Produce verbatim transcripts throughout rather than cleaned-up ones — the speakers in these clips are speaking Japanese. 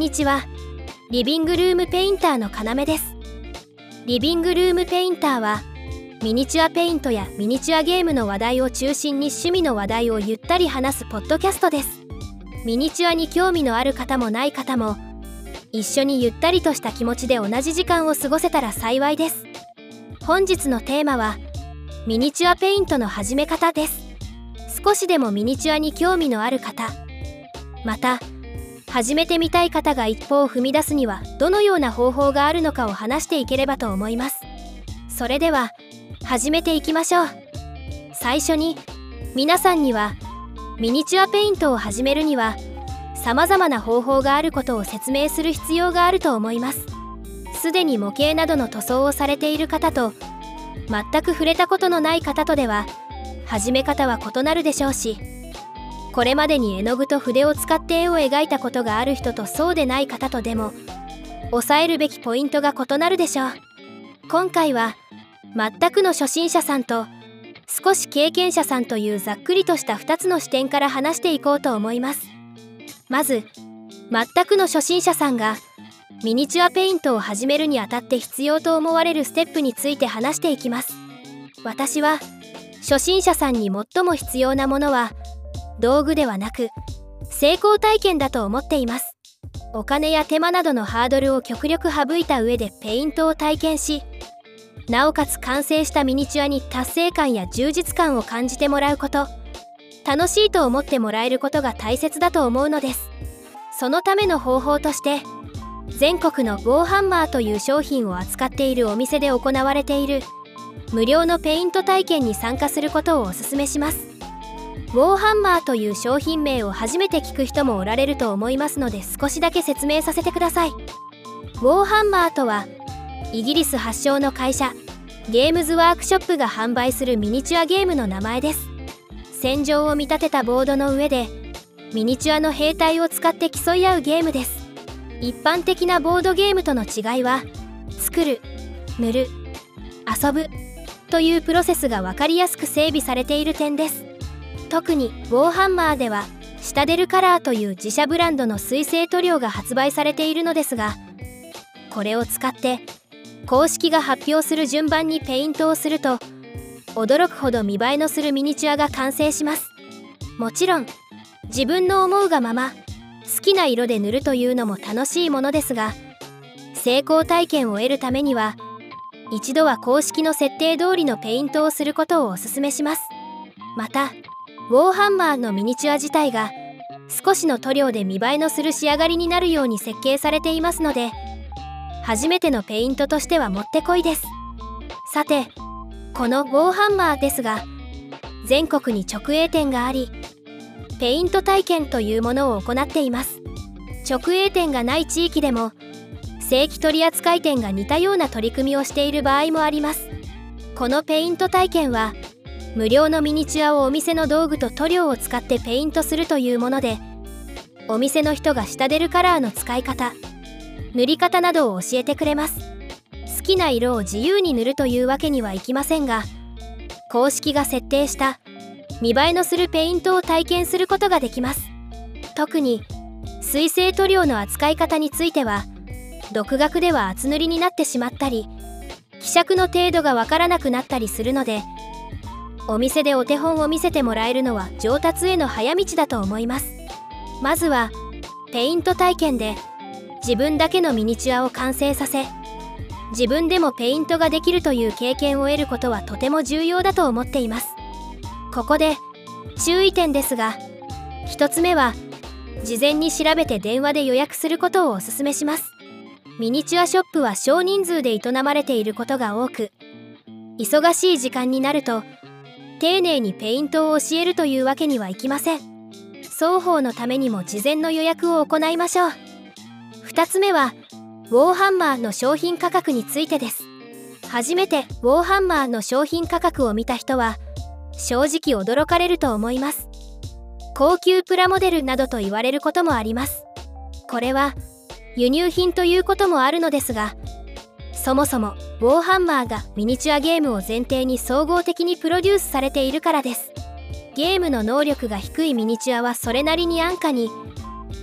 にちは。リビングルームペインターの要です。リビングルームペインターはミニチュアペイントやミニチュアゲームの話題を中心に趣味の話題をゆったり話すポッドキャストです。ミニチュアに興味のある方もない方も一緒にゆったりとした気持ちで同じ時間を過ごせたら幸いです。本日のテーマはミニチュアペイントの始め方です。少しでもミニチュアに興味のある方、また始めてみたい方が一歩を踏み出すにはどのような方法があるのかを話していければと思います。それでは始めていきましょう。最初に皆さんにはミニチュアペイントを始めるには様々な方法があることを説明する必要があると思います。すでに模型などの塗装をされている方と全く触れたことのない方とでは始め方は異なるでしょうし、これまでに絵の具と筆を使って絵を描いたことがある人とそうでない方とでも押さえるべきポイントが異なるでしょう。今回は全くの初心者さんと少し経験者さんというざっくりとしたふたつの視点から話していこうと思います。まず全くの初心者さんがミニチュアペイントを始めるにあたって必要と思われるステップについて話していきます。私は初心者さんに最も必要なものは道具ではなく成功体験だと思っています。お金や手間などのハードルを極力省いた上でペイントを体験し、なおかつ完成したミニチュアに達成感や充実感を感じてもらうこと、楽しいと思ってもらえることが大切だと思うのです。そのための方法として全国のウォーハンマーという商品を扱っているお店で行われている無料のペイント体験に参加することをお勧めします。ウォーハンマーという商品名を初めて聞く人もおられると思いますので少しだけ説明させてください。ウォーハンマーとはイギリス発祥の会社ゲームズワークショップが販売するミニチュアゲームの名前です。戦場を見立てたボードの上でミニチュアの兵隊を使って競い合うゲームです。一般的なボードゲームとの違いは作る、塗る、遊ぶというプロセスが分かりやすく整備されている点です。特にウォーハンマーではシタデルカラーという自社ブランドの水性塗料が発売されているのですが、これを使って公式が発表する順番にペイントをすると驚くほど見栄えのするミニチュアが完成します。もちろん自分の思うがまま好きな色で塗るというのも楽しいものですが、成功体験を得るためには一度は公式の設定通りのペイントをすることをお勧めします。またウォーハンマーのミニチュア自体が少しの塗料で見栄えのする仕上がりになるように設計されていますので、初めてのペイントとしてはもってこいです。さてこのウォーハンマーですが全国に直営店がありペイント体験というものを行っています。直営店がない地域でも正規取扱店が似たような取り組みをしている場合もあります。このペイント体験は無料のミニチュアをお店の道具と塗料を使ってペイントするというもので、お店の人がシタデルカラーの使い方、塗り方などを教えてくれます。好きな色を自由に塗るというわけにはいきませんが、公式が設定した見栄えのするペイントを体験することができます。特に水性塗料の扱い方については独学では厚塗りになってしまったり希釈の程度がわからなくなったりするので、お店でお手本を見せてもらえるのは上達への早道だと思います。まずはペイント体験で自分だけのミニチュアを完成させ、自分でもペイントができるという経験を得ることはとても重要だと思っています。ここで注意点ですが、ひとつめは事前に調べて電話で予約することをお勧めします。ミニチュアショップは少人数で営まれていることが多く、忙しい時間になると丁寧にペイントを教えるというわけにはいきません。双方のためにも事前の予約を行いましょう。ふたつめはウォーハンマーの商品価格についてです。初めてウォーハンマーの商品価格を見た人は正直驚かれると思います。高級プラモデルなどと言われることもあります。これは輸入品ということもあるのですが、そもそもウォーハンマーがミニチュアゲームを前提に総合的にプロデュースされているからです。ゲームの能力が低いミニチュアはそれなりに安価に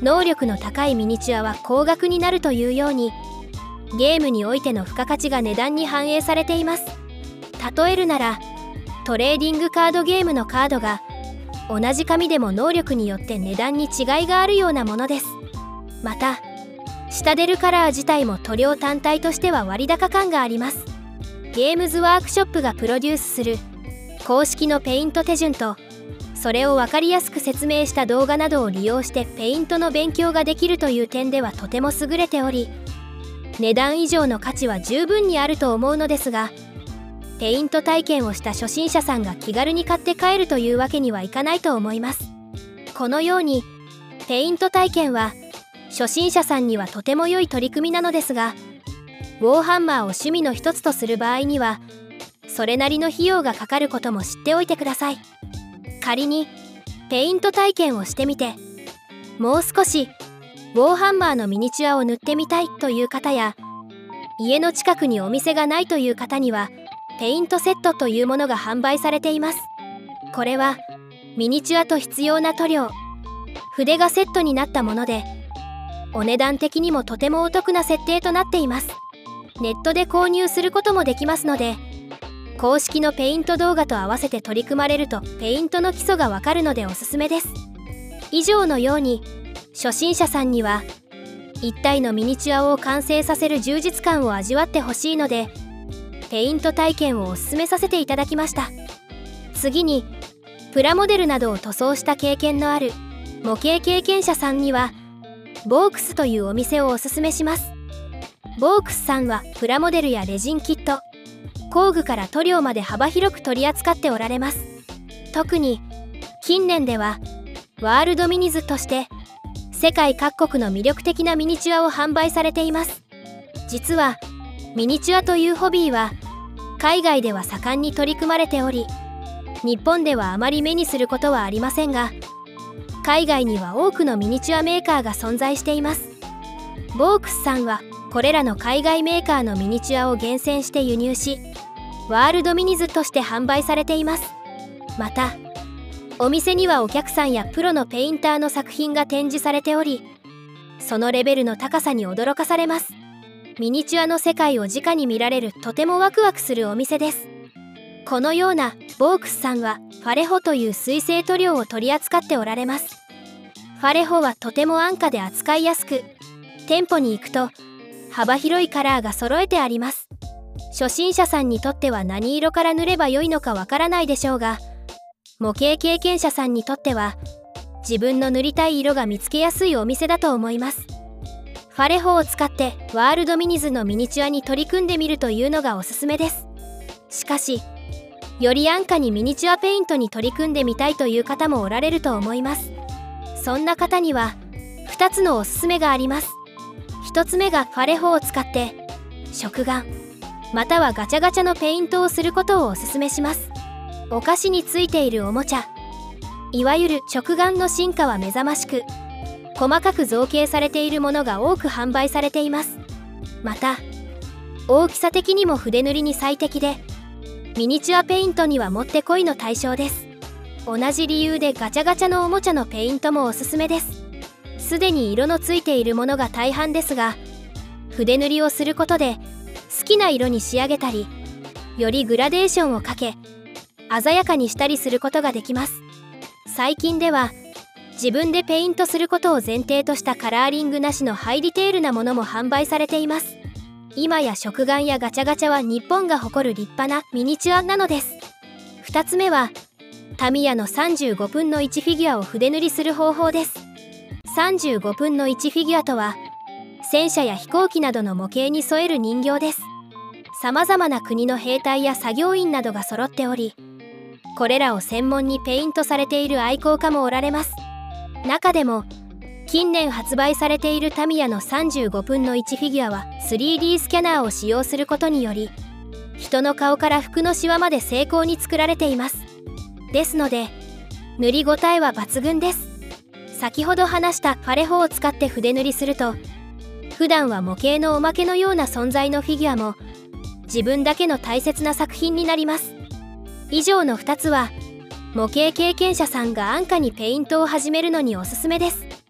能力の高いミニチュアは高額になるというように、ゲームにおいての付加価値が値段に反映されています。例えるなら、トレーディングカードゲームのカードが同じ紙でも能力によって値段に違いがあるようなものです。またシタデルカラー自体も塗料単体としては割高感があります。ゲームズワークショップがプロデュースする公式のペイント手順と、それを分かりやすく説明した動画などを利用してペイントの勉強ができるという点ではとても優れており、値段以上の価値は十分にあると思うのですが、ペイント体験をした初心者さんが気軽に買って帰るというわけにはいかないと思います。このようにペイント体験は初心者さんにはとても良い取り組みなのですが、ウォーハンマーを趣味の一つとする場合にはそれなりの費用がかかることも知っておいてください。仮にペイント体験をしてみて、もう少しウォーハンマーのミニチュアを塗ってみたいという方や、家の近くにお店がないという方にはペイントセットというものが販売されています。これはミニチュアと必要な塗料、筆がセットになったもので、お値段的にもとてもお得な設定となっています。ネットで購入することもできますので、公式のペイント動画と合わせて取り組まれるとペイントの基礎がわかるのでおすすめです。以上のように初心者さんにはいち体のミニチュアを完成させる充実感を味わってほしいので、ペイント体験をおすすめさせていただきました。次にプラモデルなどを塗装した経験のある模型経験者さんにはボークスというお店をおすすめします。ボークスさんはプラモデルやレジンキット、工具から塗料まで幅広く取り扱っておられます。特に近年ではワールドミニズとして世界各国の魅力的なミニチュアを販売されています。実はミニチュアというホビーは海外では盛んに取り組まれており、日本ではあまり目にすることはありませんが、海外には多くのミニチュアメーカーが存在しています。ボークスさんはこれらの海外メーカーのミニチュアを厳選して輸入し、ワールドミニズとして販売されています。またお店にはお客さんやプロのペインターの作品が展示されており、そのレベルの高さに驚かされます。ミニチュアの世界を直に見られるとてもワクワクするお店です。このようなボークスさんはファレホという水性塗料を取り扱っておられます。ファレホはとても安価で扱いやすく、店舗に行くと幅広いカラーが揃えてあります。初心者さんにとっては何色から塗ればよいのかわからないでしょうが、模型経験者さんにとっては自分の塗りたい色が見つけやすいお店だと思います。ファレホを使ってワールドミニズのミニチュアに取り組んでみるというのがおすすめです。しかしより安価にミニチュアペイントに取り組んでみたいという方もおられると思います。そんな方にはふたつのおすすめがあります。ひとつめがファレホを使って食玩またはガチャガチャのペイントをすることをおすすめします。お菓子についているおもちゃ、いわゆる食玩の進化は目覚ましく、細かく造形されているものが多く販売されています。また大きさ的にも筆塗りに最適で、ミニチュアペイントにはもってこいの対象です。同じ理由でガチャガチャのおもちゃのペイントもおすすめです。すでに色のついているものが大半ですが、筆塗りをすることで好きな色に仕上げたり、よりグラデーションをかけ鮮やかにしたりすることができます。最近では自分でペイントすることを前提としたカラーリングなしのハイディテールなものも販売されています。今や食玩やガチャガチャは日本が誇る立派なミニチュアなのです。ふたつめはタミヤのさんじゅうごぶんのいちフィギュアを筆塗りする方法です。さんじゅうごぶんのいちフィギュアとは戦車や飛行機などの模型に添える人形です。さまざまな国の兵隊や作業員などが揃っており、これらを専門にペイントされている愛好家もおられます。中でも近年発売されているタミヤのさんじゅうごぶんのいちフィギュアは スリーディー スキャナーを使用することにより、人の顔から服のシワまで精巧に作られています。ですので塗り応えは抜群です。先ほど話したファレホを使って筆塗りすると、普段は模型のおまけのような存在のフィギュアも自分だけの大切な作品になります。以上のふたつは模型経験者さんが安価にペイントを始めるのにおすすめです。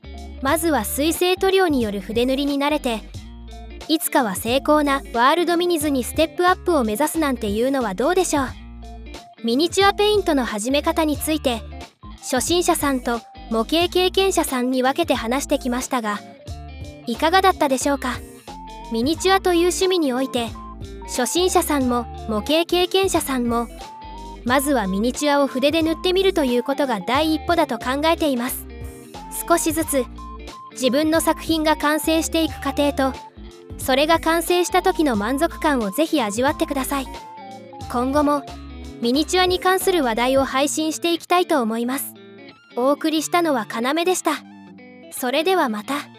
まずは水性塗料による筆塗りに慣れて、いつかは精巧なワールドミニズにステップアップを目指すなんていうのはどうでしょう。ミニチュアペイントの始め方について、初心者さんと模型経験者さんに分けて話してきましたが、いかがだったでしょうか。ミニチュアという趣味において、初心者さんも模型経験者さんも、まずはミニチュアを筆で塗ってみるということが第一歩だと考えています。少しずつ自分の作品が完成していく過程と、それが完成した時の満足感をぜひ味わってください。今後もミニチュアに関する話題を配信していきたいと思います。お送りしたのはかなめでした。それではまた。